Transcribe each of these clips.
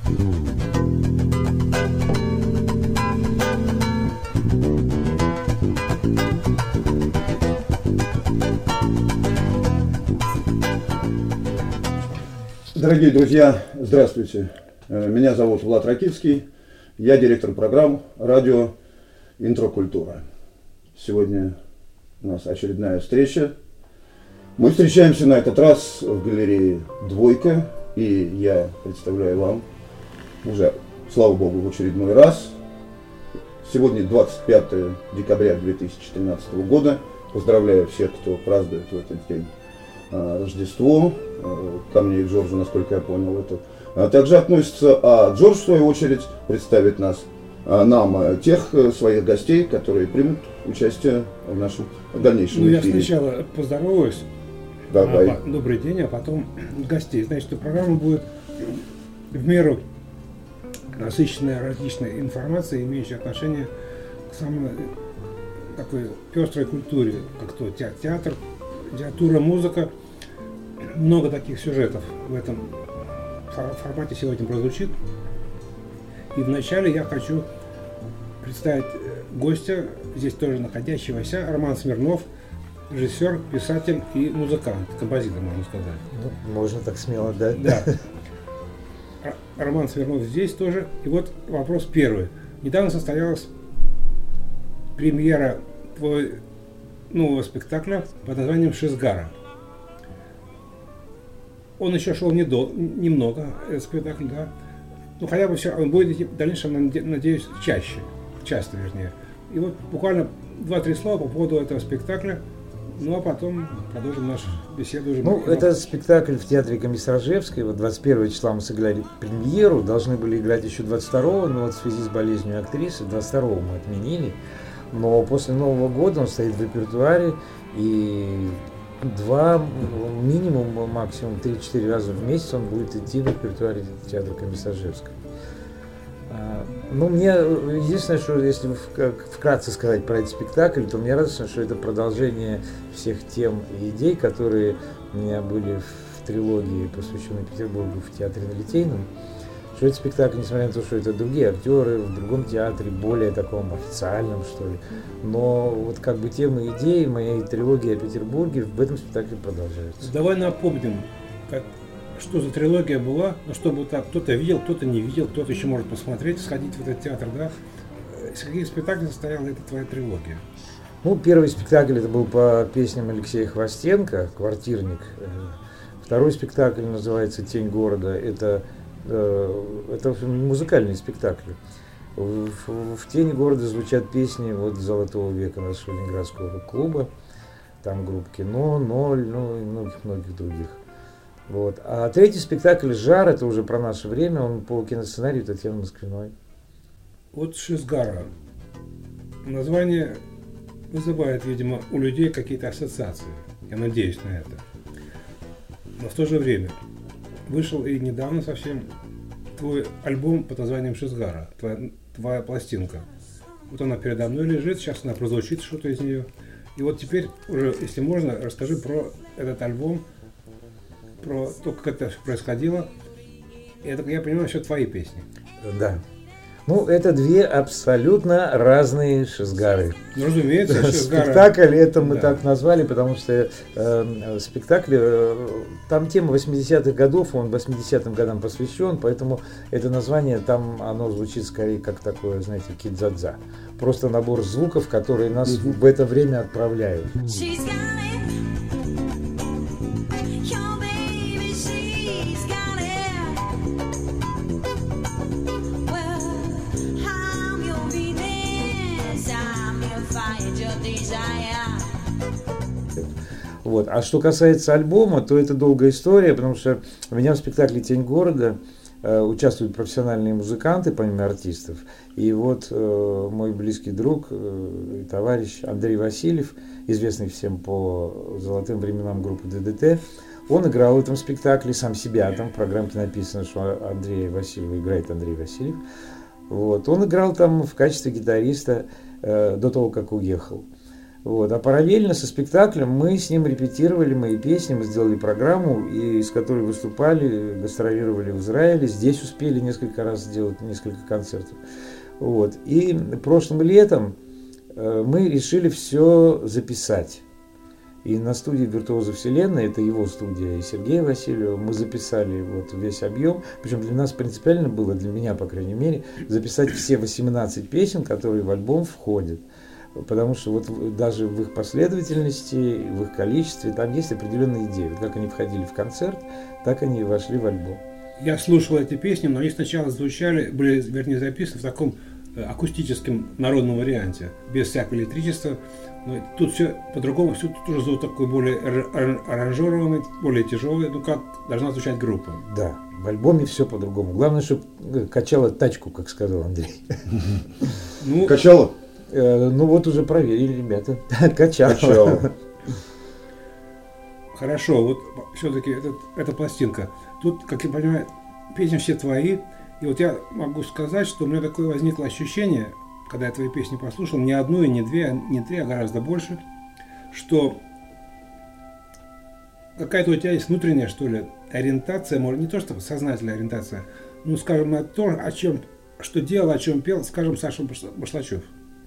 Дорогие друзья, здравствуйте. Меня зовут Влад Ракицкий. Я директор программ радио «Интрокультура». Сегодня у нас очередная встреча. Мы встречаемся на этот раз в галерее «Двойка», и я представляю вам уже, слава богу, в очередной раз. Сегодня 25 декабря 2013 года. Поздравляю всех, кто празднует в этот день Рождество. Ко мне и Джорджу, насколько я понял, это также относится. А Джордж, в свою очередь, представит нам тех своих гостей, которые примут участие в нашем дальнейшем эфире. Я сначала поздороваюсь. Давай. Добрый день, а потом гостей. Значит, программа будет в меру насыщенная различной информацией, имеющей отношение к самой такой пестрой культуре, как то театр, литература, музыка. Много таких сюжетов в этом формате сегодня прозвучит. И вначале я хочу представить гостя, здесь тоже находящегося, Роман Смирнов, режиссер, писатель и музыкант, композитор, можно сказать. Ну, можно так смело, да? Да. Роман Смирнов здесь тоже. И вот вопрос первый. Недавно состоялась премьера нового спектакля под названием «Шизгара». Он еще шел немного, этот спектакль, да. Ну, хотя бы все, он будет идти в дальнейшем, надеюсь, часто, вернее. И вот буквально 2-3 слова по поводу этого спектакля, ну, а потом продолжим нашу беседу уже. Ну, это спектакль в театре Комиссаржевской, вот 21 числа мы сыграли премьеру, должны были играть еще 22-го, но вот в связи с болезнью актрисы 22-го мы отменили. Но после Нового года он стоит в репертуаре, и минимум, максимум 3-4 раза в месяц он будет идти в репертуаре театра Комиссаржевской. Ну, мне единственное, что если вкратце сказать про этот спектакль, то мне радостно, что это продолжение всех тем и идей, которые у меня были в трилогии, посвященной Петербургу в театре на Литейном. Что этот спектакль, несмотря на то, что это другие актеры, в другом театре, более таком официальном, что ли. Но вот как бы темы и идеи моей трилогии о Петербурге в этом спектакле продолжаются. Давай напомним, что за трилогия была, ну, чтобы так кто-то видел, кто-то не видел, кто-то еще может посмотреть, сходить в этот театр, да? Из каких спектаклей состояла эта твоя трилогия? Ну, первый спектакль это был по песням Алексея Хвостенко «Квартирник». Второй спектакль называется «Тень города». Это музыкальный спектакль. В «Тени города» звучат песни вот золотого века нашего ленинградского клуба, там группа «Кино», «Ноль», ну и многих-многих других. Вот. А третий спектакль «Жар» это уже про наше время, он по киносценарию Татьяны Москвиной. Вот «Шизгара». Название вызывает, видимо, у людей какие-то ассоциации. Я надеюсь на это. Но в то же время вышел и недавно совсем твой альбом под названием «Шизгара», твоя пластинка. Вот она передо мной лежит, сейчас она прозвучит что-то из нее. И вот теперь уже, если можно, расскажи про этот альбом, про то, как это происходило. И это, я понимаю, все твои песни. Да. Ну, это две абсолютно разные шизгары. Ну, разумеется, шизгара. Спектакль это мы так назвали, потому что спектакль, там тема 80-х годов, он 80-м годам посвящен, поэтому это название там, оно звучит скорее как такое, знаете, кидзадза. Просто набор звуков, которые нас в это время отправляют. Вот. А что касается альбома, то это долгая история, потому что у меня в спектакле «Тень города» участвуют профессиональные музыканты, помимо артистов. И вот мой близкий друг и товарищ Андрей Васильев, известный всем по золотым временам группы ДДТ, он играл в этом спектакле сам себя. Там в программке написано, что Андрей Васильев играет Андрей Васильев. Вот. Он играл там в качестве гитариста до того, как уехал. Вот. А параллельно со спектаклем мы с ним репетировали мои песни, мы сделали программу, из которой выступали, гастролировали в Израиле, здесь успели несколько раз сделать несколько концертов. Вот. И прошлым летом мы решили все записать. И на студии «Виртуозы Вселенной», это его студия, и Сергея Васильева, мы записали вот весь объем. Причем для нас принципиально было, для меня, по крайней мере, записать все 18 песен, которые в альбом входят. Потому что вот даже в их последовательности, в их количестве, там есть определенные идеи. Вот как они входили в концерт, так они и вошли в альбом. Я слушал эти песни, но они сначала звучали, были, вернее, записаны в таком акустическом народном варианте, без всякого электричества. Но тут все по-другому, все тут уже звук такой более аранжированный, более тяжелый, ну как должна звучать группа. Да, в альбоме все по-другому. Главное, чтобы качало тачку, как сказал Андрей. Качало? Ну вот уже проверили, ребята. Качало. Хорошо, вот все-таки эта пластинка. Тут, как я понимаю, песни все твои. И вот я могу сказать, что у меня такое возникло ощущение, когда я твои песни послушал, не одну и не две, не три, а гораздо больше, что какая-то у тебя есть внутренняя, что ли, ориентация, может, не то что сознательная ориентация, ну, скажем, на то, что делал, о чем пел, скажем, Саша Башлачев.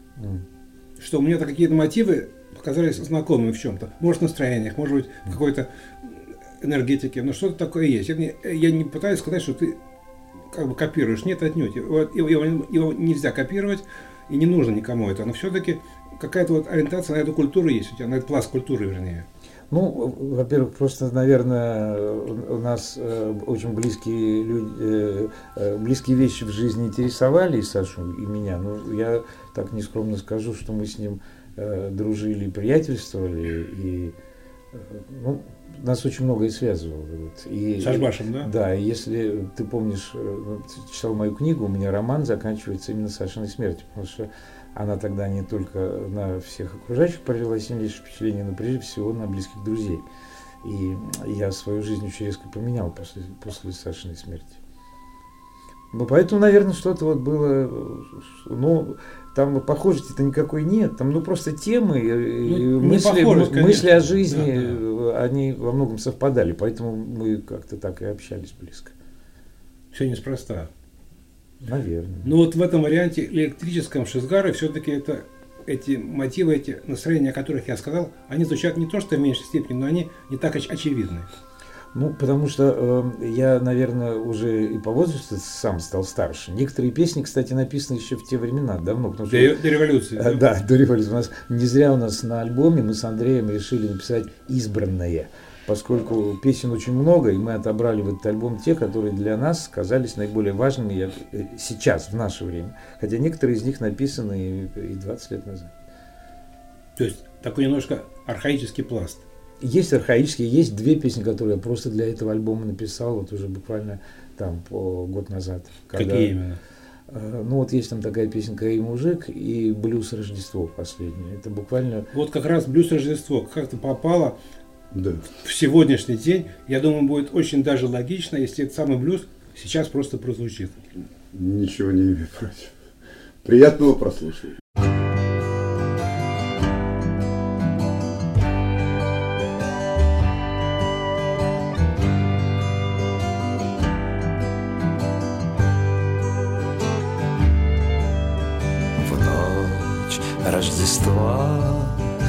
Что мне-то какие-то мотивы показались знакомыми в чем-то. Может, в настроениях, может быть, в какой-то энергетике, но что-то такое есть. Я не пытаюсь сказать, что ты как бы копируешь. Нет, отнюдь. Его нельзя копировать, и не нужно никому это. Но все-таки какая-то вот ориентация на эту культуру есть у тебя, на этот пласт культуры, вернее. Ну, во-первых, просто, наверное, у нас очень близкие люди, близкие вещи в жизни интересовали и Сашу, и меня. Ну, я так нескромно скажу, что мы с ним дружили, приятельствовали, и ну, нас очень многое связывало. С Ашбашем, да? Да, если ты помнишь, читал мою книгу, у меня роман заканчивается именно Сашиной смертью, потому что она тогда не только на всех окружающих произвела сильнейшее впечатление, но прежде всего на близких друзей. И я свою жизнь очень резко поменял после Сашиной смерти. Ну, поэтому, наверное, что-то вот было, ну, там похожести-то никакой нет, там, ну, просто темы, мысли о жизни, да. Они во многом совпадали, поэтому мы как-то так и общались близко. Все неспроста. Наверное. Ну вот в этом варианте электрическом Шизгары все-таки эти мотивы, эти настроения, о которых я сказал, они звучат не то что в меньшей степени, но они не так очевидны. Ну, потому что я, наверное, уже и по возрасту сам стал старше. Некоторые песни, кстати, написаны еще в те времена, давно. Потому что, до революции. Да, до революции. Не зря у нас на альбоме мы с Андреем решили написать «Избранное», поскольку песен очень много, и мы отобрали в этот альбом те, которые для нас казались наиболее важными сейчас, в наше время. Хотя некоторые из них написаны и 20 лет назад. То есть такой немножко архаический пласт. Есть архаические, есть две песни, которые я просто для этого альбома написал, вот уже буквально там год назад. Какие именно? Ну вот есть там такая песенка «Эй, мужик» и «Блюз Рождество» последнее. Это буквально... Вот как раз «Блюз Рождество» как-то попало да. В сегодняшний день. Я думаю, будет очень даже логично, если этот самый блюз сейчас просто прозвучит. Ничего не имею против. Приятного прослушивания. Рождества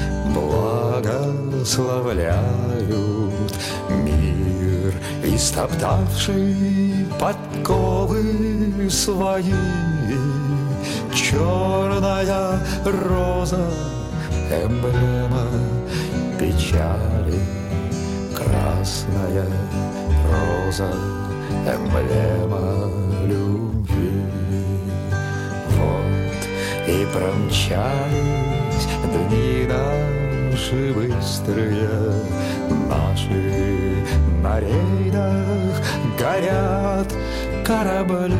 благословляют мир, истоптавший подковы свои. Черная роза, эмблема печали, красная роза, эмблема любви. И промчались дни наши быстрые, наши на рейдах горят корабли.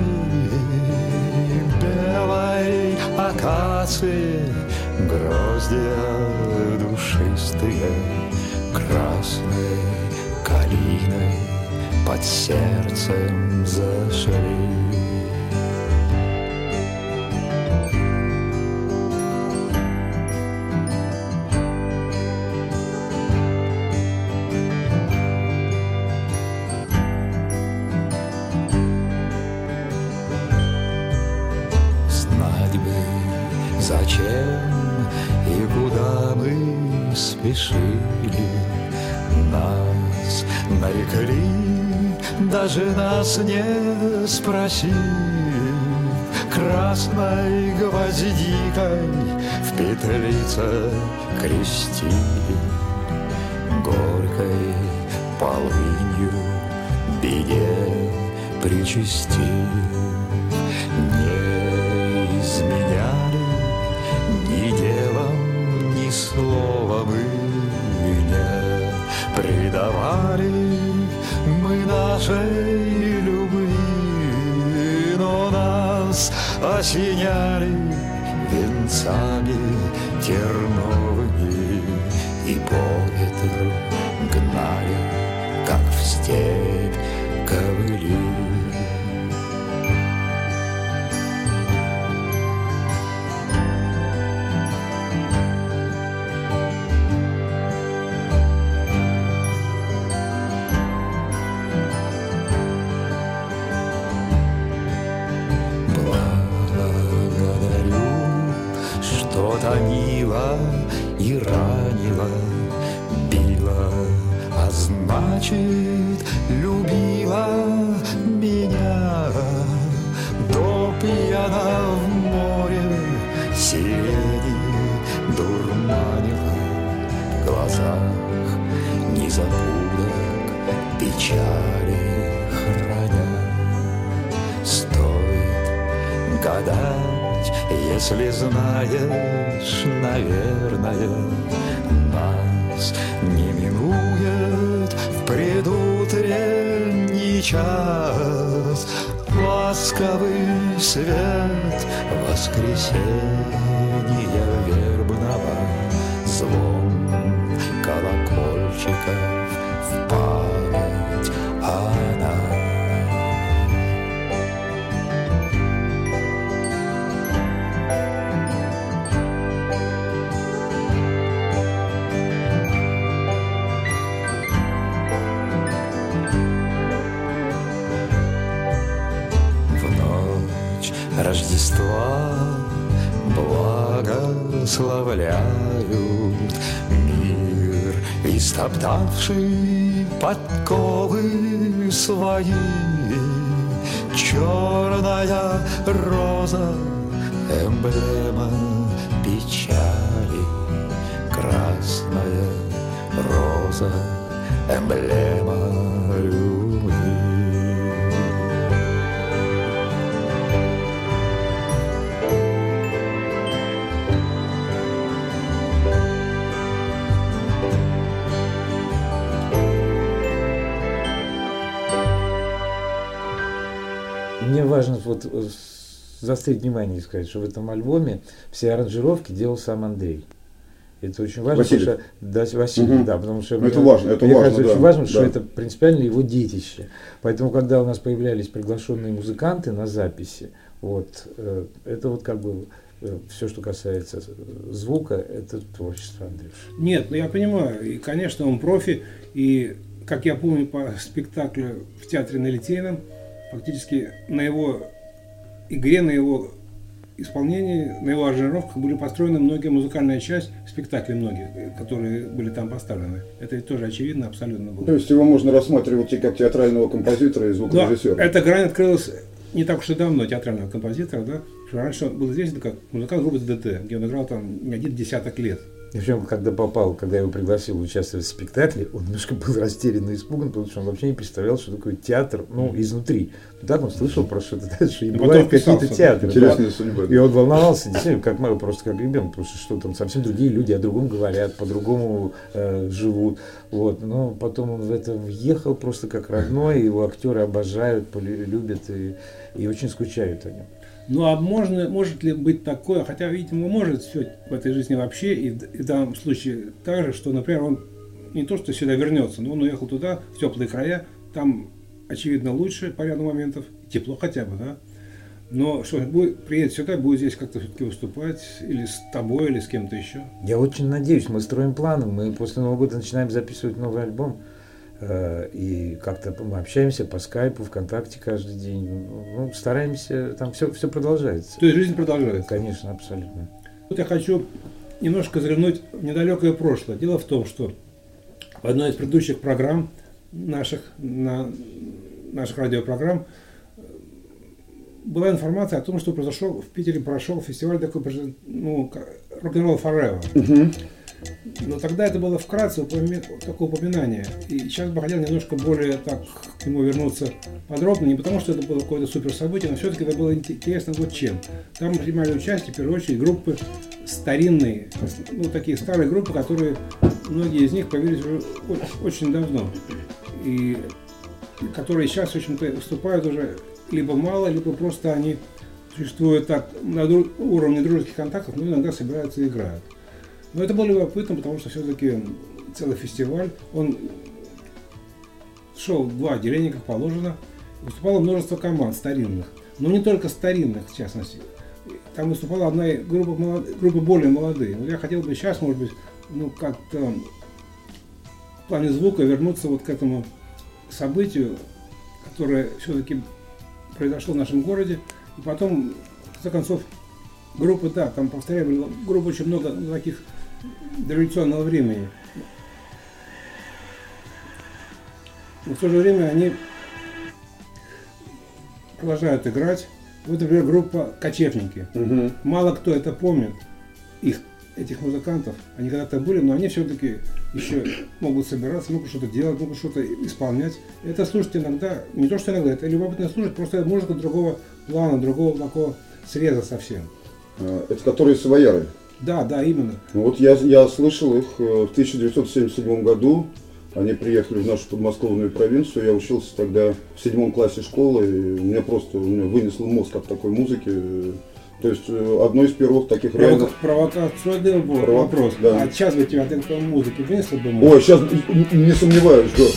Белой акации гроздья душистые, красной калиной под сердцем зашли. судьбы, зачем и куда мы спешили. Нас нарекли, даже нас не спросили, красной гвоздикой в петлице крестили, горькой полынью беде причастив. Не изменяли ни делом, ни словом и не предавали мы нашей любви, но нас осеняли венцами терновыми и по ветру гнали, как в степь ковыли. Томила и ранила, била, а значит, любила меня. До пьяна в море сирени дурманила, в глазах незабудок печали храня. Стоит гадать, если знаешь, наверное, нас не минует в предутренний час ласковый свет воскресенья вербного, звон колокольчиков в память о нас. Рождества благословляют мир, истоптавший подковы свои. Черная роза, эмблема печали, красная роза, эмблема любви. Мне важно вот заострить внимание и сказать, что в этом альбоме все аранжировки делал сам Андрей. Это очень важно, Василий. потому что Василий, да, потому что это важно, мне важно, кажется, да, очень важно, да. что это принципиально его детище. Поэтому, когда у нас появлялись приглашенные музыканты на записи, вот, это вот как бы все, что касается звука, это творчество Андрюши. Нет, ну я понимаю, и, конечно, он профи, и, как я помню по спектаклю в театре на Литейном, фактически на его игре, на его исполнении, на его аранжировках были построены многие музыкальная часть спектаклей, многие, которые были там поставлены. Это ведь тоже очевидно абсолютно было. То есть его можно рассматривать и как театрального композитора и звукорежиссера. Да, эта грань открылась не так уж и давно, театрального композитора, да? Что раньше он был известен как музыкант группы ДДТ, где он играл там не один десяток лет. И причем, когда я его пригласил участвовать в спектакле, он немножко был растерян и испуган, потому что он вообще не представлял, что такое театр, ну, изнутри. Ну, так он слышал просто, что и бывают какие-то театры. Интересная судьба. И он волновался, действительно, просто как ребенок, потому что там совсем другие люди о другом говорят, по-другому живут. Вот. Но потом он в это въехал просто как родной, его актеры обожают, любят и очень скучают о нем. Ну а может ли быть такое, хотя, видимо, может все в этой жизни вообще, и в данном случае так же, что, например, он не то что сюда вернется, но он уехал туда, в теплые края, там, очевидно, лучше по ряду моментов, тепло хотя бы, да, но что, приедет сюда, будет здесь как-то все-таки выступать, или с тобой, или с кем-то еще? Я очень надеюсь, мы строим планы, мы после Нового года начинаем записывать новый альбом. И как-то мы общаемся по скайпу, ВКонтакте каждый день. Ну, стараемся, там все продолжается. То есть жизнь продолжается? Конечно, абсолютно. Вот я хочу немножко заглянуть в недалекое прошлое. Дело в том, что в одной из предыдущих программ наших радиопрограмм была информация о том, что в Питере прошел фестиваль такой, Rock'n'Roll Forever. Но тогда это было вкратце такое упоминание. И сейчас бы хотел немножко более так к нему вернуться подробно. Не потому, что это было какое-то супер событие, но все-таки это было интересно вот чем. Там принимали участие, в первую очередь, группы старинные, такие старые группы, которые, многие из них появились уже очень давно. И которые сейчас, в общем-то, выступают уже либо мало, либо просто они существуют так на уровне дружеских контактов, но иногда собираются и играют. Но это было любопытно, потому что все-таки целый фестиваль, он шел в 2 отделения, как положено, выступало множество команд старинных, но не только старинных, в частности. Там выступала одна группа более молодые. Вот я хотел бы сейчас, может быть, как-то в плане звука вернуться вот к этому событию, которое все-таки произошло в нашем городе, и потом, в конце концов, группы, да, там, повторяю, групп очень много таких дореволюционного времени. Но в то же время они продолжают играть. Вот, например, группа «Кочевники». Угу. Мало кто это помнит, этих музыкантов. Они когда-то были, но они все-таки еще могут собираться, могут что-то делать, могут что-то исполнять. Это слушать иногда, не то что иногда, это любопытно слушать, просто музыка другого плана, другого такого среза совсем. Это которые свояры? Да, именно. Вот я слышал их в 1977 году. Они приехали в нашу подмосковную провинцию. Я учился тогда в 7 классе школы. И меня вынесло мозг от такой музыки. То есть одно из первых таких реальных... Провокационный вопрос. Да. А сейчас бы тебя от этой музыки вынесло бы мозг? Ой, сейчас не сомневаюсь, да.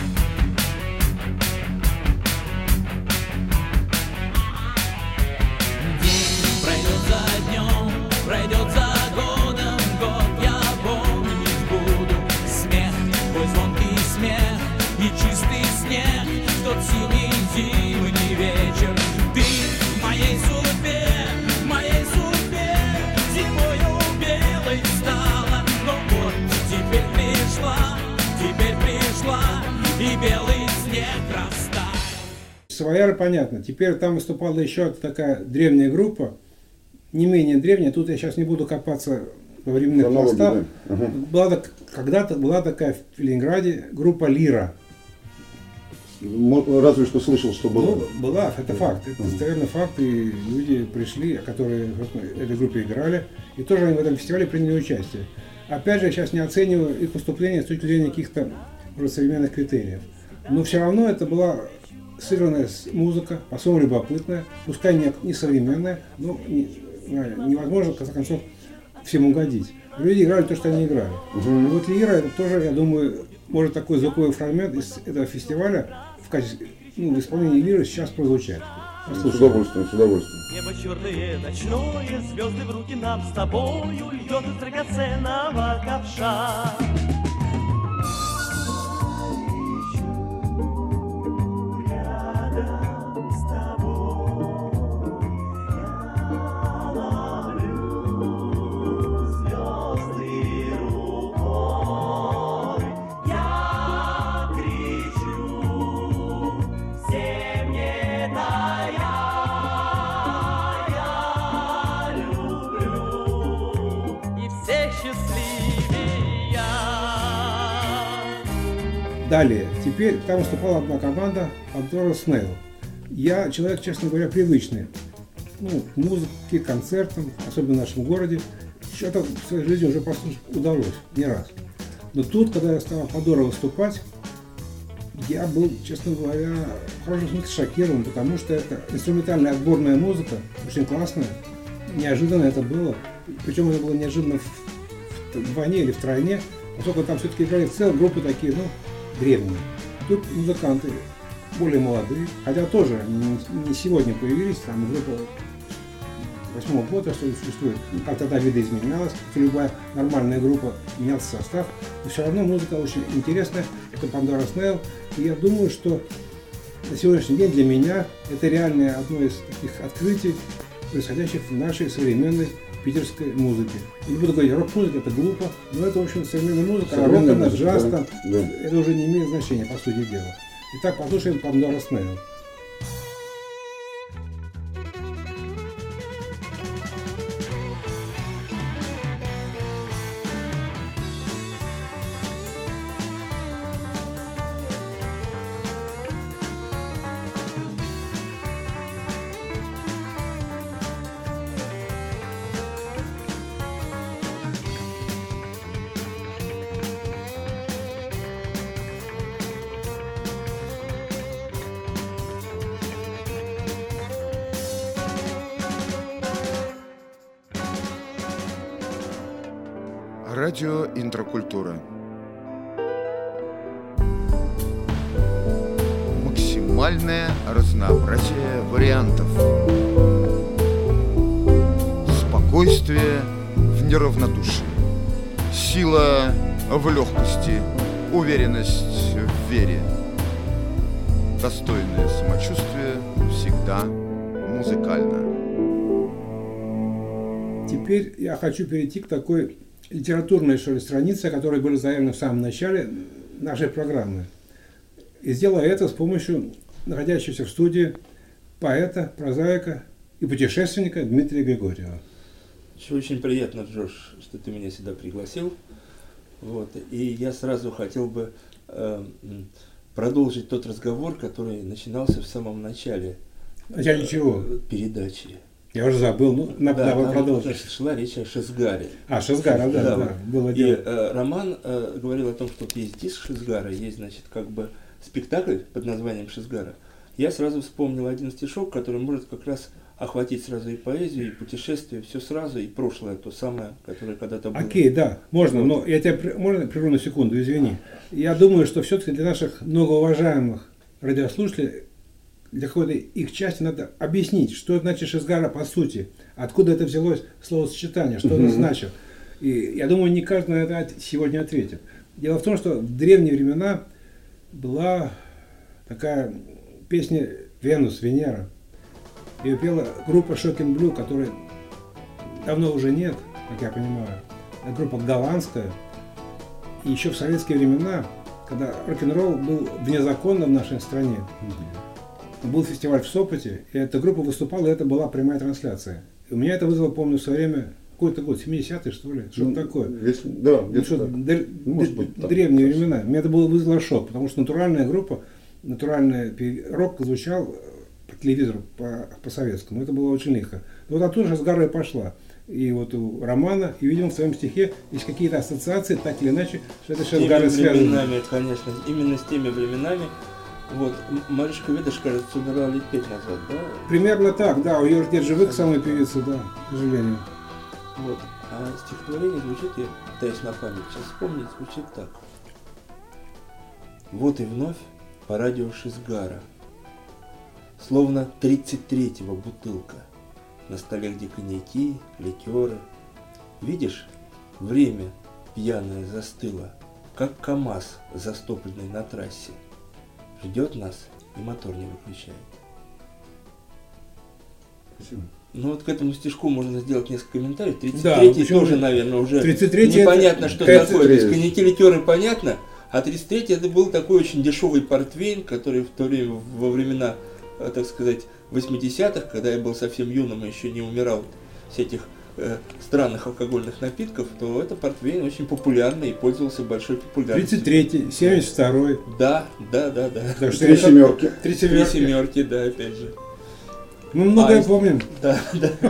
Свояры, понятно. Теперь там выступала еще такая древняя группа, не менее древняя. Тут я сейчас не буду копаться во временных пластах. Ага. Когда-то была такая в Ленинграде группа «Лира». Разве что слышал, что была. Была, это факт. Это достоверный факт. И люди пришли, которые в этой группе играли. И тоже они в этом фестивале приняли участие. Опять же, я сейчас не оцениваю их выступления с точки зрения каких-то уже современных критериев. Но все равно это была сыгранная музыка, по-своему любопытная, пускай не современная, но невозможно, в конце концов, всем угодить. Люди играли то, что они играли. И вот «Лира» это тоже, я думаю, может такой звуковой фрагмент из этого фестиваля в качестве, в исполнении «Лиры» сейчас прозвучать. С удовольствием, с удовольствием. Небо черное, ночное, звезды в руки нам с тобою льет из драгоценного ковша. Далее, теперь там выступала одна команда Антона Снейл. Я человек, честно говоря, привычный к музыке, концертам, особенно в нашем городе. Что-то в своей жизни уже послушать удалось не раз. Но тут, когда я стал Подора выступать, я был, честно говоря, в хорошем смысле шокирован, потому что это инструментальная отборная музыка, очень классная, неожиданно это было. Причем это было неожиданно в двойне или в тройне, поскольку там все-таки играли целые группы такие, древние. Тут музыканты более молодые, хотя тоже не сегодня появились, там группа 2008 года, что существует. Как тогда видоизменялось, как любая нормальная группа, менялся состав. Но все равно музыка очень интересная. Это Pandora Snail. И я думаю, что на сегодняшний день для меня это реальное одно из таких открытий, происходящих в нашей современной питерской музыке. Не буду говорить, рок-музыка это глупо, но это, в общем, современная музыка, рок, она, джаз, там, да. Это уже не имеет значения, по сути дела. Итак, послушаем Pandora Snail. Радио «Интрокультура». Максимальное разнообразие вариантов. Спокойствие в неравнодушии. Сила в легкости. Уверенность в вере. Достойное самочувствие всегда музыкально. Теперь я хочу перейти к такой литературной, что ли, странице, которые были заявлены в самом начале нашей программы. И сделаю это с помощью находящегося в студии поэта, прозаика и путешественника Дмитрия Григорьева. Очень приятно, Джош, что ты меня сюда пригласил. Вот. И я сразу хотел бы продолжить тот разговор, который начинался в самом начале чего? Передачи. Я уже забыл, ну, надо продолжить. Шла речь о Шизгаре. Шизгара, да, было дело. И Роман говорил о том, что вот есть диск Шизгара, есть, значит, как бы спектакль под названием Шизгара. Я сразу вспомнил один стишок, который может как раз охватить сразу и поэзию, и путешествие, все сразу, и прошлое, то самое, которое когда-то было. Окей, да, можно, но я тебя можно прерву на секунду, извини. Я думаю, что все-таки для наших многоуважаемых радиослушателей, для какой-то их части надо объяснить, что значит Шизгара по сути, откуда это взялось словосочетание, что оно значит. И я думаю, не каждый на это сегодня ответит. Дело в том, что в древние времена была такая песня «Венус», «Венера». Ее пела группа Shocking Blue, которой давно уже нет, как я понимаю. Это группа голландская. И еще в советские времена, когда рок-н-ролл был внезаконно в нашей стране, был фестиваль в Сопоте, и эта группа выступала, и это была прямая трансляция. И у меня это вызвало, помню, в свое время, какой-то год, 70-й, что ли, что-то такое. Да, древние времена. Меня это вызвало шок, потому что натуральная группа, натуральный рок звучал по телевизору, по советскому. Это было очень легко. Вот оттуда Шизгара и пошла. И вот у Романа, и, видимо, в своем стихе есть какие-то ассоциации, так или иначе, что это Шизгара связано. Конечно, именно с теми временами. Вот, Маришка Ведаш, кажется, умерла лет 5 назад, да? Примерно так, да, у ее нет живых самой певицы, да, к сожалению. Вот, а стихотворение звучит, я пытаюсь на память сейчас вспомнить, звучит так. Вот и вновь по радио Шизгара, словно 33-го бутылка, на столе, где коньяки, ликеры. Видишь, время пьяное застыло, как КамАЗ, застопленный на трассе. Ждет нас и мотор не выключает. Спасибо. Ну вот к этому стишку можно сделать несколько комментариев. 33-й да, тоже, наверное, уже 33-й непонятно, это, что такое. То есть коньяки, ликеры понятно, а 33-й это был такой очень дешевый портвейн, который в то время, во времена, так сказать, 80-х, когда я был совсем юным и еще не умирал всяких странных алкогольных напитков, то это портвейн очень популярный и пользовался большой популярностью. 33-й, 72-й. Да. Так что 3 семерки. 3 семерки, да, опять же. Мы многое помним. Да.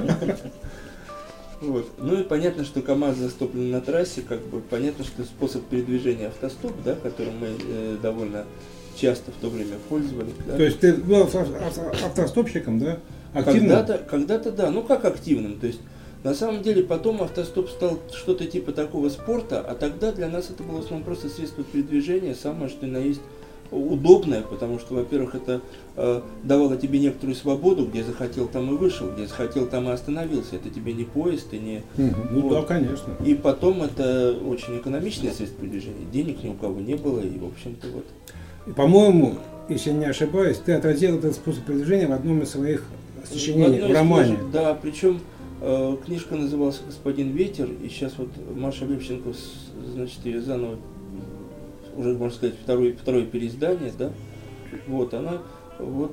Вот. Ну и понятно, что КамАЗ застоплен на трассе, как бы понятно, что способ передвижения автостоп, да, которым мы довольно часто в то время пользовались. Да. То есть ты был автостопщиком, да? Активным? Когда-то да, ну как активным, то есть на самом деле потом автостоп стал что-то типа такого спорта, а тогда для нас это было в основном просто средство передвижения, самое что ни на есть удобное, потому что, во-первых, это давало тебе некоторую свободу, где захотел, там и вышел, где захотел, там и остановился. Это тебе не поезд и не... Ну вот. да, конечно. И потом это очень экономичное средство передвижения. Денег ни у кого не было, и, в общем-то, вот. И, по-моему, если я не ошибаюсь, ты отразил этот способ передвижения в одном из своих сочинений, в романе. Да, причем книжка называлась «Господин ветер», и сейчас вот Маша Левченко, значит, ее заново, уже, можно сказать, второе переиздание, да, вот, она, вот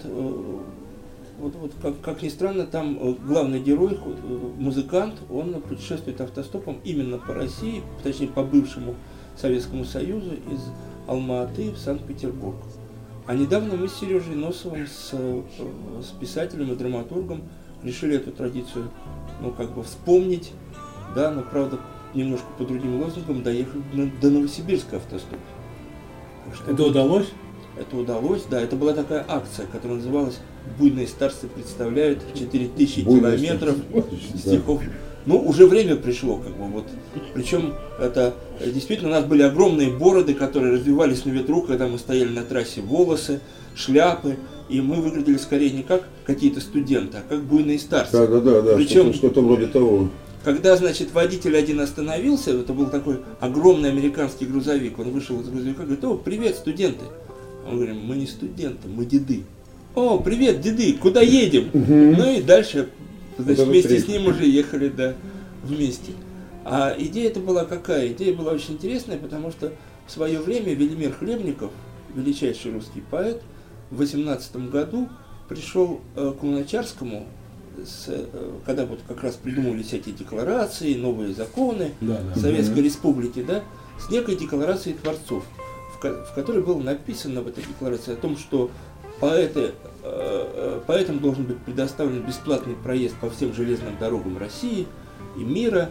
как ни странно, там главный герой, музыкант, он путешествует автостопом именно по России, точнее, по бывшему Советскому Союзу, из Алма-Аты в Санкт-Петербург. А недавно мы с Сережей Носовым, с писателем и драматургом, решили эту традицию, ну, как бы вспомнить, да, но, правда, немножко по другим лозунгам доехали до Новосибирска автостоп. Это удалось? Это удалось, да. Это была такая акция, которая называлась «Буйные старцы представляют 4000 километров стихов». Ну, уже время пришло, как бы, вот. Причем, это действительно, у нас были огромные бороды, которые развивались на ветру, когда мы стояли на трассе, волосы, шляпы, и мы выглядели скорее не как какие-то студенты, а как буйные старцы. Да, Причем, что-то вроде того. Когда, значит, водитель один остановился, это был такой огромный американский грузовик, он вышел из грузовика и говорит: «О, привет, студенты!» Он говорит: «Мы не студенты, мы деды». «О, привет, деды, куда едем?» Ну и дальше, значит, вместе с ним уже ехали, да, вместе. А идея это была какая? Идея была очень интересная, потому что в свое время Велимир Хлебников, величайший русский поэт, в 18 году пришел к Луначарскому, когда вот как раз придумывались эти декларации, новые законы Советской Республики, да, с некой декларацией творцов, в которой было написано в этой декларации о том, что поэтам должен быть предоставлен бесплатный проезд по всем железным дорогам России и мира,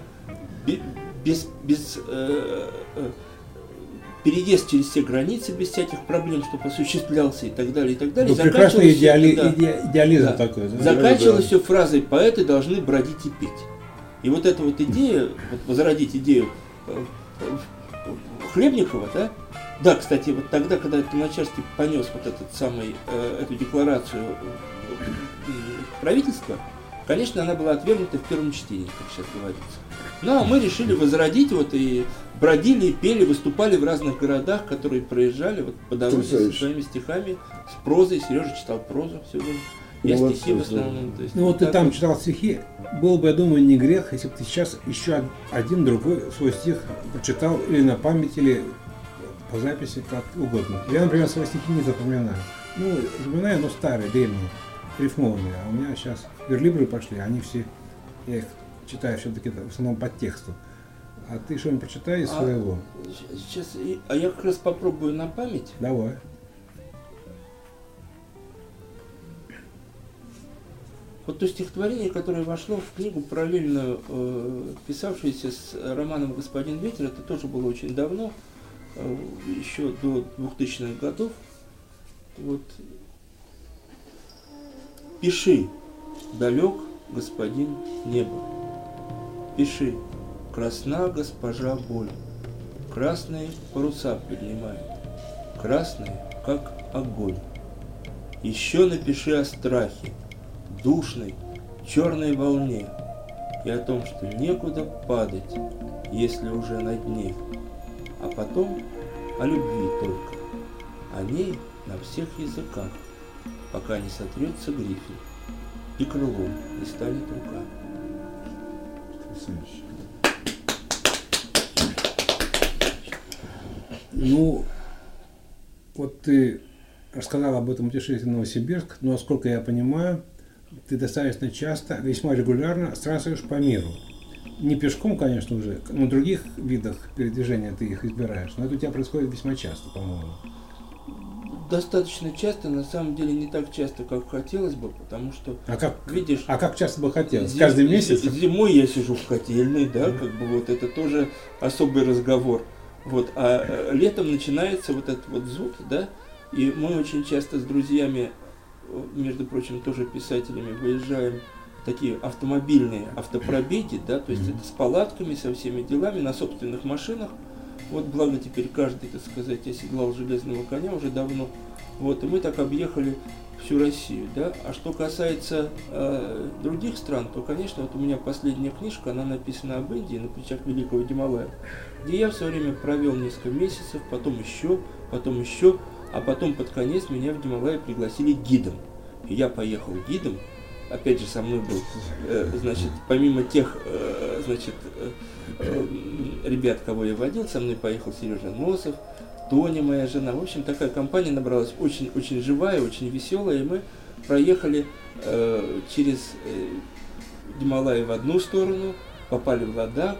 переезд через все границы без всяких проблем, чтобы осуществлялся и так далее, и так далее. Ну, прекрасный идеализм такой. Да? Заканчивалось все фразой: «Поэты должны бродить и петь». И вот эта вот идея, вот возродить идею Хлебникова, да? Да, кстати, вот тогда, когда Луначарский понес вот эту декларацию правительства, конечно, она была отвергнута в первом чтении, как сейчас говорится. Ну, а мы решили возродить, вот, и бродили, и пели, выступали в разных городах, которые проезжали вот по дороге со своими стихами, с прозой. Сережа читал прозу все время. Я стихи в основном. То есть, ну вот ты там читал стихи, было бы, я думаю, не грех, если бы ты сейчас еще один другой свой стих прочитал или на память, или по записи, как угодно. Я, например, свои стихи не запоминаю. Ну, запоминаю, но старые, древние, рифмованные. А у меня сейчас верлибры пошли, они все, я их читаю все-таки в основном по тексту. А ты что-нибудь прочитай из своего? Сейчас, а я как раз попробую на память. Давай. Вот то стихотворение, которое вошло в книгу, параллельно писавшееся с романом «Господин ветер», это тоже было очень давно, еще до 2000-х годов. Вот. «Пиши, далек господин небо, пиши, красна госпожа боль, красные паруса поднимает, красные, как огонь. Еще напиши о страхе, душной, черной волне, и о том, что некуда падать, если уже на дне, а потом о любви только, о ней на всех языках, пока не сотрется грифель и крылом не станет рука». Ну, вот ты рассказал об этом путешествии в Новосибирск, но, насколько я понимаю, ты достаточно часто, весьма регулярно странствуешь по миру. Не пешком, конечно, уже, но в других видах передвижения ты их избираешь. Но это у тебя происходит весьма часто, по-моему. Достаточно часто, на самом деле не так часто, как хотелось бы, потому что, видишь... А как часто бы хотелось? Каждый месяц? Зимой я сижу в котельной, да, как бы вот это тоже особый разговор. Вот, а летом начинается вот этот вот зуд, да, и мы очень часто с друзьями, между прочим, тоже писателями, выезжаем в такие автомобильные автопробеги, да, то есть это с палатками, со всеми делами, на собственных машинах, Вот благо теперь каждый, так сказать, оседлал железного коня уже давно. Вот, и мы так объехали всю Россию, да. А что касается других стран, то, конечно, вот у меня последняя книжка, она написана об Индии, на плечах Великого Гималая, где я в свое время провел несколько месяцев, потом еще, а потом под конец меня в Гималай пригласили гидом. И я поехал гидом, опять же со мной был, значит, помимо тех, ребят, кого я водил, со мной поехал Сережа Носов, Тоня, моя жена. В общем, такая компания набралась очень живая, очень веселая, и мы проехали через Гималай в одну сторону, попали в Ладак,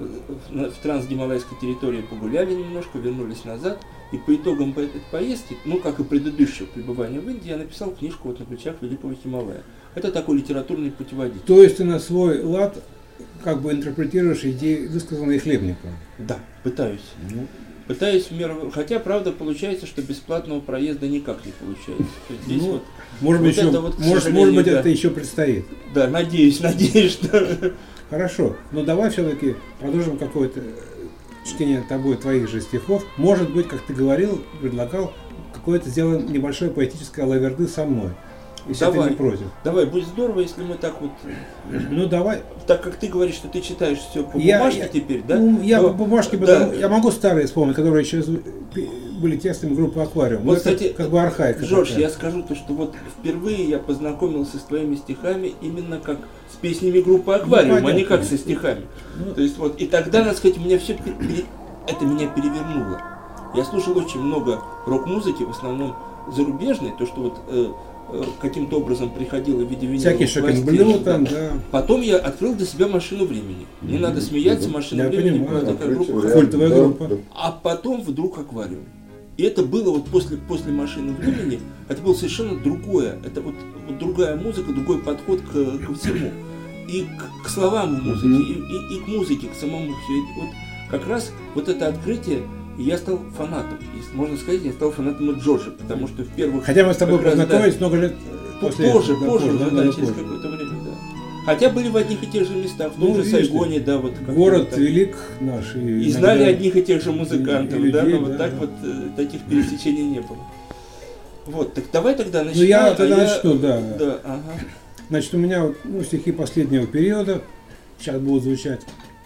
в трансгималайской территории погуляли немножко, вернулись назад, и по итогам этой поездки, ну, как и предыдущего пребывания в Индии, я написал книжку вот «На плечах Великого Гималая». Это такой литературный путеводитель. То есть ты на свой лад как бы интерпретируешь идеи, высказанные Хлебником? Да, пытаюсь. Пытаюсь в меру, хотя, правда, получается, что бесплатного проезда никак не получается. Здесь Ну, вот, может быть, вот еще, это вот, к может сожалению, быть, да. это еще предстоит. Да, надеюсь, что... Хорошо, но давай все-таки продолжим какое-то чтение тобой твоих же стихов. Может быть, как ты говорил, предлагал, какое-то сделаем небольшое поэтическое лаверды со мной. Если ты Давай. не против. Давай, будет здорово, если мы так вот... Ну давай. Так как ты говоришь, что ты читаешь все по Я- бумажке теперь, да? Ну, я то- по бумажке, да. потому, я могу старые вспомнить, которые еще были текстами группы «Аквариум». Вот, Но это кстати, как бы архаика. Жорж, такая. я скажу то, что вот впервые я познакомился с твоими стихами именно как с песнями группы «Аквариум», а не понятно. как со стихами. Ну, То есть вот, и тогда, надо сказать, меня все это меня перевернуло. Я слушал очень много рок-музыки, в основном зарубежной, то, что вот каким-то образом приходило в виде всякий виниловых Шокенблю пластинок, там, да. да. Потом я открыл для себя «Машину времени». Не надо смеяться, «Машина Я времени» понимаю, была такая группа. Культовая группа. А потом вдруг «Аквариум». И это было вот после «Машины времени», это было совершенно другое. Это вот другая музыка, другой подход ко всему. И к словам музыки, и к музыке, к самому. Все. Вот как раз вот это открытие, и я стал фанатом. Если можно сказать, я стал фанатом от Джорджа, потому что в первых... Хотя мы с тобой как раз, познакомились да, много лет после позже, этого. уже, да, намного через позже. какое-то время, да. Хотя были в одних и тех же местах, в том Ну, же видишь Сайгоне, да, вот. как Город там. велик наш. И знали иногда- одних и тех же музыкантов, и да, людей, но вот да, так да. вот таких пересечений не было. Вот, так давай тогда начнем. Ну я тогда начну, да. Да, ага. Значит, у меня вот, стихи последнего периода сейчас будут звучать.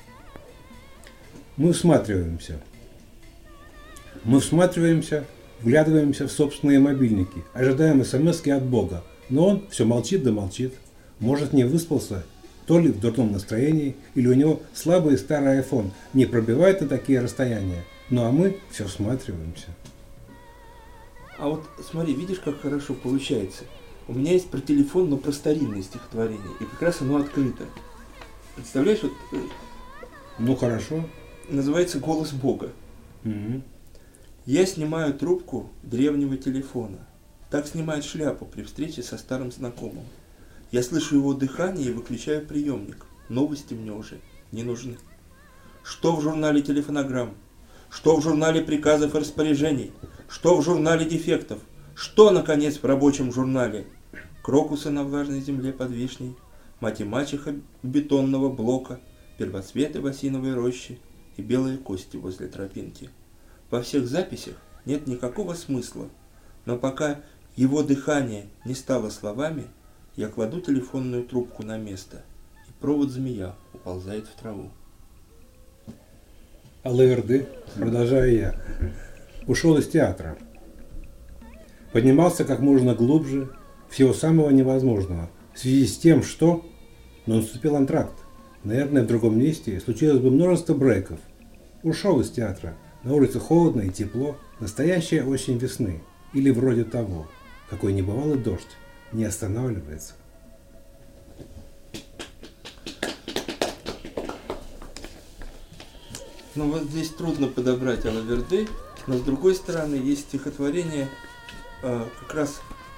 Мы всматриваемся. Мы всматриваемся, вглядываемся в собственные мобильники, ожидаем смс-ки от Бога. Но он все молчит да молчит. Может, не выспался, то ли в дурном настроении, или у него слабый старый iPhone не пробивает на такие расстояния. Ну а мы все всматриваемся. А вот смотри, видишь, как хорошо получается. У меня есть про телефон, но про старинное стихотворение. И как раз оно открыто. Представляешь, вот Ну хорошо. называется «Голос Бога». Мгм. Я снимаю трубку древнего телефона. Так снимает шляпу при встрече со старым знакомым. Я слышу его дыхание и выключаю приемник. Новости мне уже не нужны. Что в журнале телефонограмм? Что в журнале приказов и распоряжений? Что в журнале дефектов? Что, наконец, в рабочем журнале? Крокусы на влажной земле под вишней, мать и мачеха бетонного блока, первоцветы в осиновой роще и белые кости возле тропинки. Во всех записях нет никакого смысла, но пока его дыхание не стало словами, я кладу телефонную трубку на место, и провод-змея уползает в траву. А лаверды, продолжаю я, ушел из театра. Поднимался как можно глубже, всего самого невозможного, в связи с тем, что... Но наступил антракт. Наверное, в другом месте случилось бы множество брейков. Ушел из театра. На улице холодно и тепло. Настоящая осень весны. Или вроде того. Какой небывалый дождь. Не останавливается. Ну вот здесь трудно подобрать алаверды, но с другой стороны есть стихотворение как раз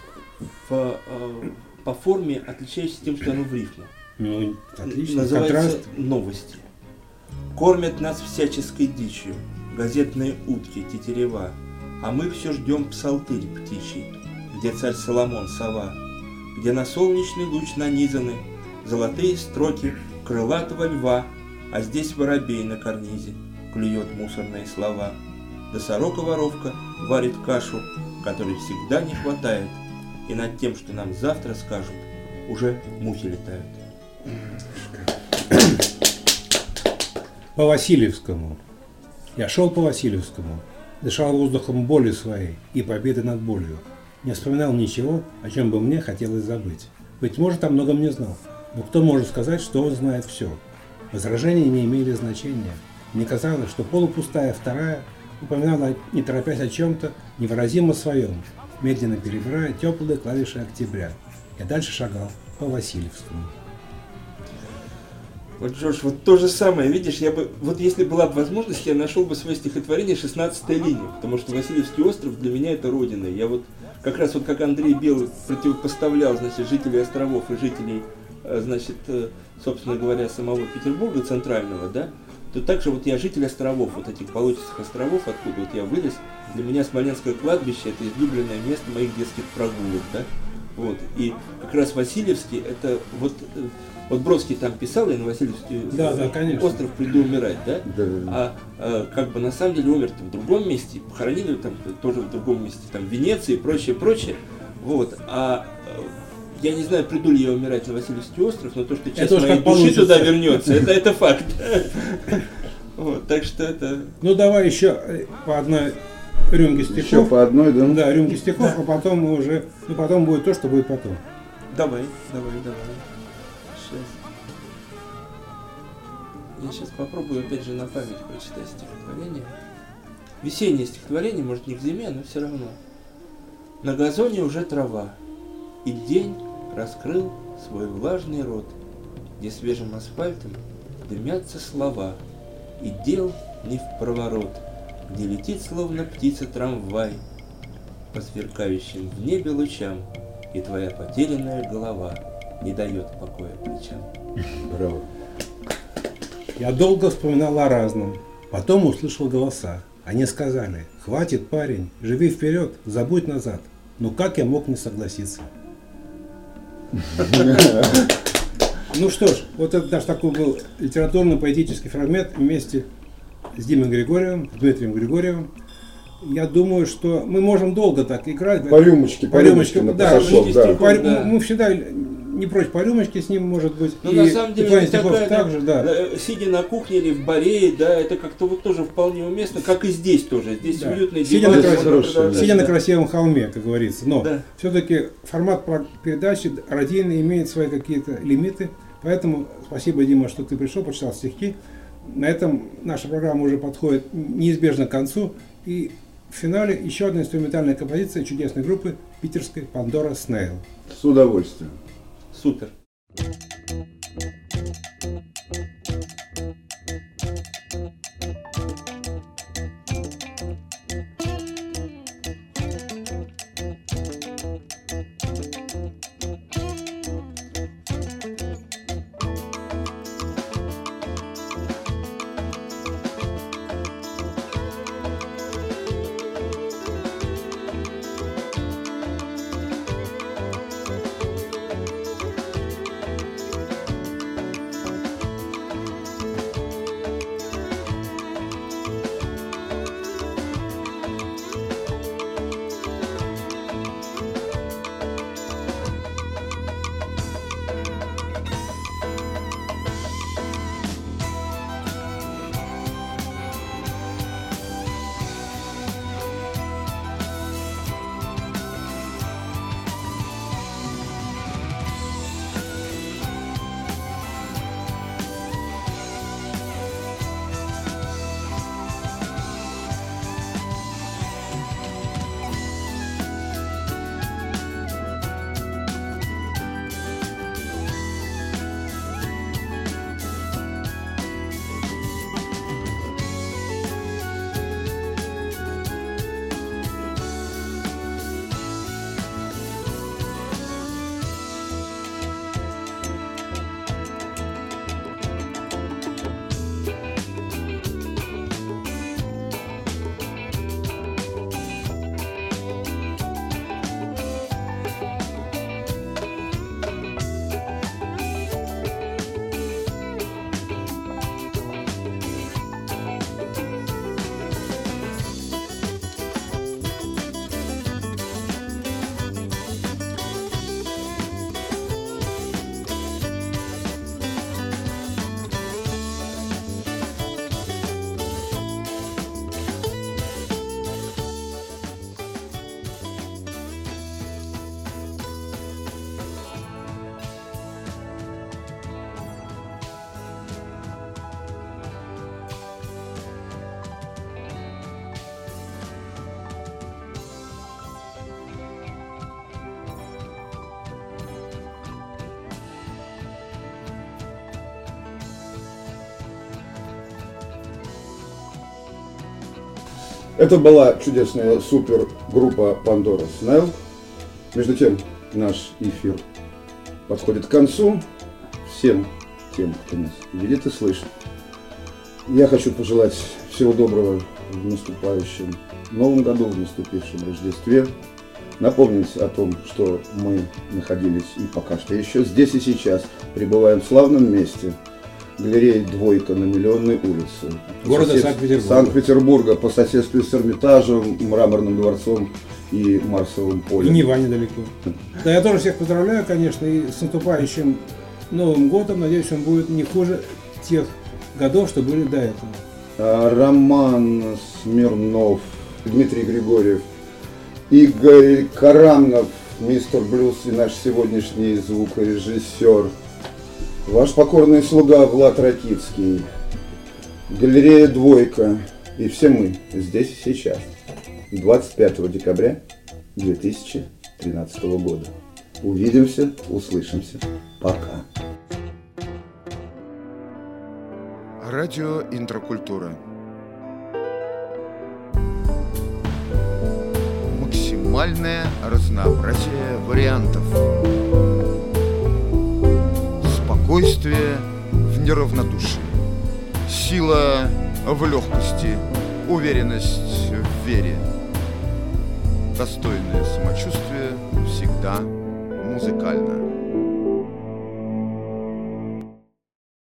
по форме, отличающееся тем, что оно в рифму. Ну, отлично. Называется Контраст. «Новости». Кормят нас всяческой дичью, газетные утки, тетерева, а мы все ждем псалтырь птичий, где царь Соломон сова, где на солнечный луч нанизаны золотые строки крылатого льва, а здесь воробей на карнизе, клюет мусорные слова. Да сорока-воровка варит кашу, которой всегда не хватает, и над тем, что нам завтра скажут, уже мухи летают. По Васильевскому. Я шел по Васильевскому, дышал воздухом боли своей и победы над болью. Не вспоминал ничего, о чем бы мне хотелось забыть. Быть может, о многом не знал, но кто может сказать, что он знает все? Возражения не имели значения. Мне казалось, что полупустая вторая упоминала, не торопясь о чем-то, невыразимо своем, медленно перебирая теплые клавиши октября. Я дальше шагал по Васильевскому. Вот, Джордж, вот то же самое, видишь, я бы, вот если была бы возможность, я нашел бы свое стихотворение «16-я линия», потому что Васильевский остров для меня это родина. Я вот, как раз вот как Андрей Белый противопоставлял, значит, жителей островов и жителей, значит, собственно говоря, самого Петербурга центрального, да, то также вот я житель островов, вот этих болотистых островов, откуда вот я вылез, для меня Смоленское кладбище это излюбленное место моих детских прогулок, да, вот, и как раз Васильевский это вот Бродский там писал, я на Васильевский остров приду умирать, да? А как бы на самом деле умер-то в другом месте, похоронили там тоже в другом месте, там в Венеции и прочее, вот, я не знаю, приду ли я умирать на Васильевский остров, но то, что часть моей души туда вернется, это факт. Вот, так что это... Ну давай еще по одной рюмке стихов. Еще по одной, да? Да, рюмки стихов, а потом мы уже, ну потом будет то, что будет потом. Давай. Я сейчас попробую опять же на память прочитать стихотворение. Весеннее стихотворение, может не к зиме, но все равно. На газоне уже трава, и день раскрыл свой влажный рот, где свежим асфальтом дымятся слова, и дел не в проворот, где летит словно птица трамвай по сверкающим в небе лучам, и твоя потерянная голова не дает покоя плечам. Браво. Я долго вспоминал о разном, потом услышал голоса. Они сказали: хватит, парень, живи вперед, забудь назад. Ну как я мог не согласиться? Ну что ж, вот это наш такой был литературно-поэтический фрагмент вместе с Димой Григорьевым, с Дмитрием Григорьевым. Я думаю, что мы можем долго так играть. По рюмочке, да. Мы всегда не прочь по рюмочке с ним, может быть. Но на самом деле также, да. Сидя на кухне или в баре, да, это как-то вот тоже вполне уместно, как и здесь тоже. Здесь да. уютный сидя на красивом холме, как говорится. Но все-таки формат передачи радийный имеет свои какие-то лимиты. Поэтому спасибо, Дима, что ты пришел, почитал стихи. На этом наша программа уже подходит неизбежно к концу. И в финале еще одна инструментальная композиция чудесной группы питерской Pandora Snail. С удовольствием. Супер. Это была чудесная супергруппа Pandora Smile. Между тем, наш эфир подходит к концу. Всем тем, кто нас видит и слышит, я хочу пожелать всего доброго в наступающем Новом году, в наступившем Рождестве. Напомнить о том, что мы находились и пока что еще здесь и сейчас пребываем в славном месте. Галерея «Двойка» на Миллионной улице. Города Санкт-Петербурга. Санкт-Петербурга, по соседству с Эрмитажем, Мраморным дворцом и Марсовым полем. И Нева недалеко. Да, я тоже всех поздравляю, конечно, и с наступающим Новым годом. Надеюсь, он будет не хуже тех годов, что были до этого. Роман Смирнов, Дмитрий Григорьев, Игорь Карамнов, мистер Блюз и наш сегодняшний звукорежиссер, ваш покорный слуга Влад Ракицкий, галерея «Двойка» и все мы здесь и сейчас, 25 декабря 2013 года. Увидимся, услышимся. Пока. Радио «Интрокультура». Максимальное разнообразие вариантов. Спокойствие в неравнодушии. Сила в легкости. Уверенность в вере. Достойное самочувствие всегда музыкально.